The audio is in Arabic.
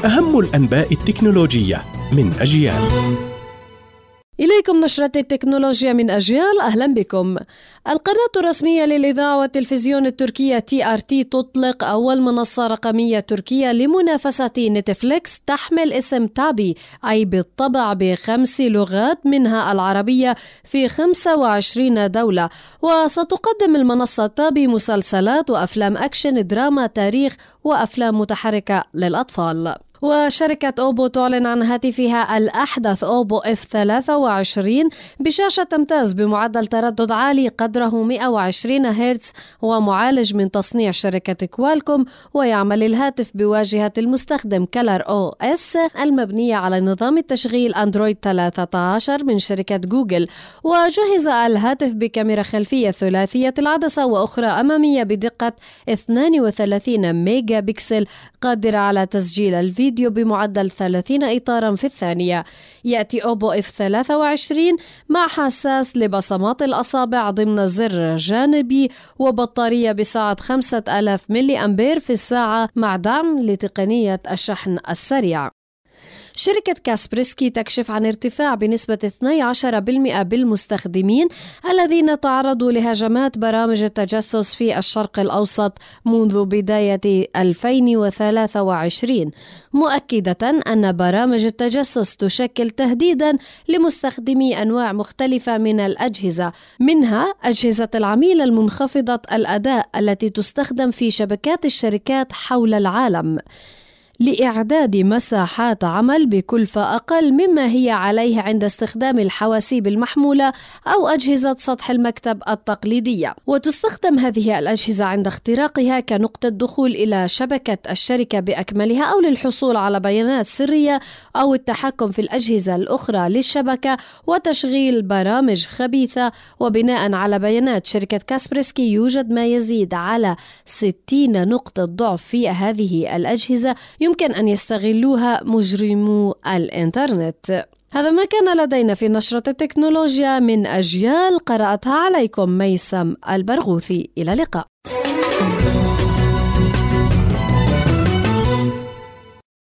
أهم الأنباء التكنولوجية من أجيال. إليكم نشرة التكنولوجيا من أجيال، أهلا بكم. القناة الرسمية للإذاعة والتلفزيون التركية TRT تطلق أول منصة رقمية تركية لمنافسة نتفليكس تحمل اسم تابي، أي بالطبع ب5 لغات منها العربية في 25 دولة. وستقدم المنصة تابي مسلسلات وأفلام أكشن، دراما، تاريخ وأفلام متحركة للأطفال. وشركة أوبو تعلن عن هاتفها الأحدث أوبو F23 بشاشة تمتاز بمعدل تردد عالي قدره 120 هرتز ومعالج من تصنيع شركة كوالكوم، ويعمل الهاتف بواجهة المستخدم كلر OS المبنية على نظام التشغيل أندرويد 13 من شركة جوجل. وجهز الهاتف بكاميرا خلفية ثلاثية العدسة وأخرى أمامية بدقة 32 ميجا بكسل قادرة على تسجيل الفيديو بمعدل 30 إطارا في الثانية. يأتي أوبو F23 مع حساس لبصمات الأصابع ضمن زر جانبي وبطارية بسعة 5000 ملي أمبير في الساعة مع دعم لتقنية الشحن السريع. شركة كاسبرسكي تكشف عن ارتفاع بنسبة 12% بالمستخدمين الذين تعرضوا لهجمات برامج التجسس في الشرق الأوسط منذ بداية 2023، مؤكدة أن برامج التجسس تشكل تهديدا لمستخدمي أنواع مختلفة من الأجهزة، منها أجهزة العميل المنخفضة الأداء التي تستخدم في شبكات الشركات حول العالم لإعداد مساحات عمل بكلفة أقل مما هي عليه عند استخدام الحواسيب المحمولة أو أجهزة سطح المكتب التقليدية. وتستخدم هذه الأجهزة عند اختراقها كنقطة دخول إلى شبكة الشركة بأكملها، أو للحصول على بيانات سرية، أو التحكم في الأجهزة الأخرى للشبكة وتشغيل برامج خبيثة. وبناء على بيانات شركة كاسبرسكي يوجد ما يزيد على 60 نقطة ضعف في هذه الأجهزة يمكن أن يستغلوها مجرمو الإنترنت. هذا ما كان لدينا في نشرة التكنولوجيا من أجيال، قرأتها عليكم ميسم البرغوثي. إلى اللقاء.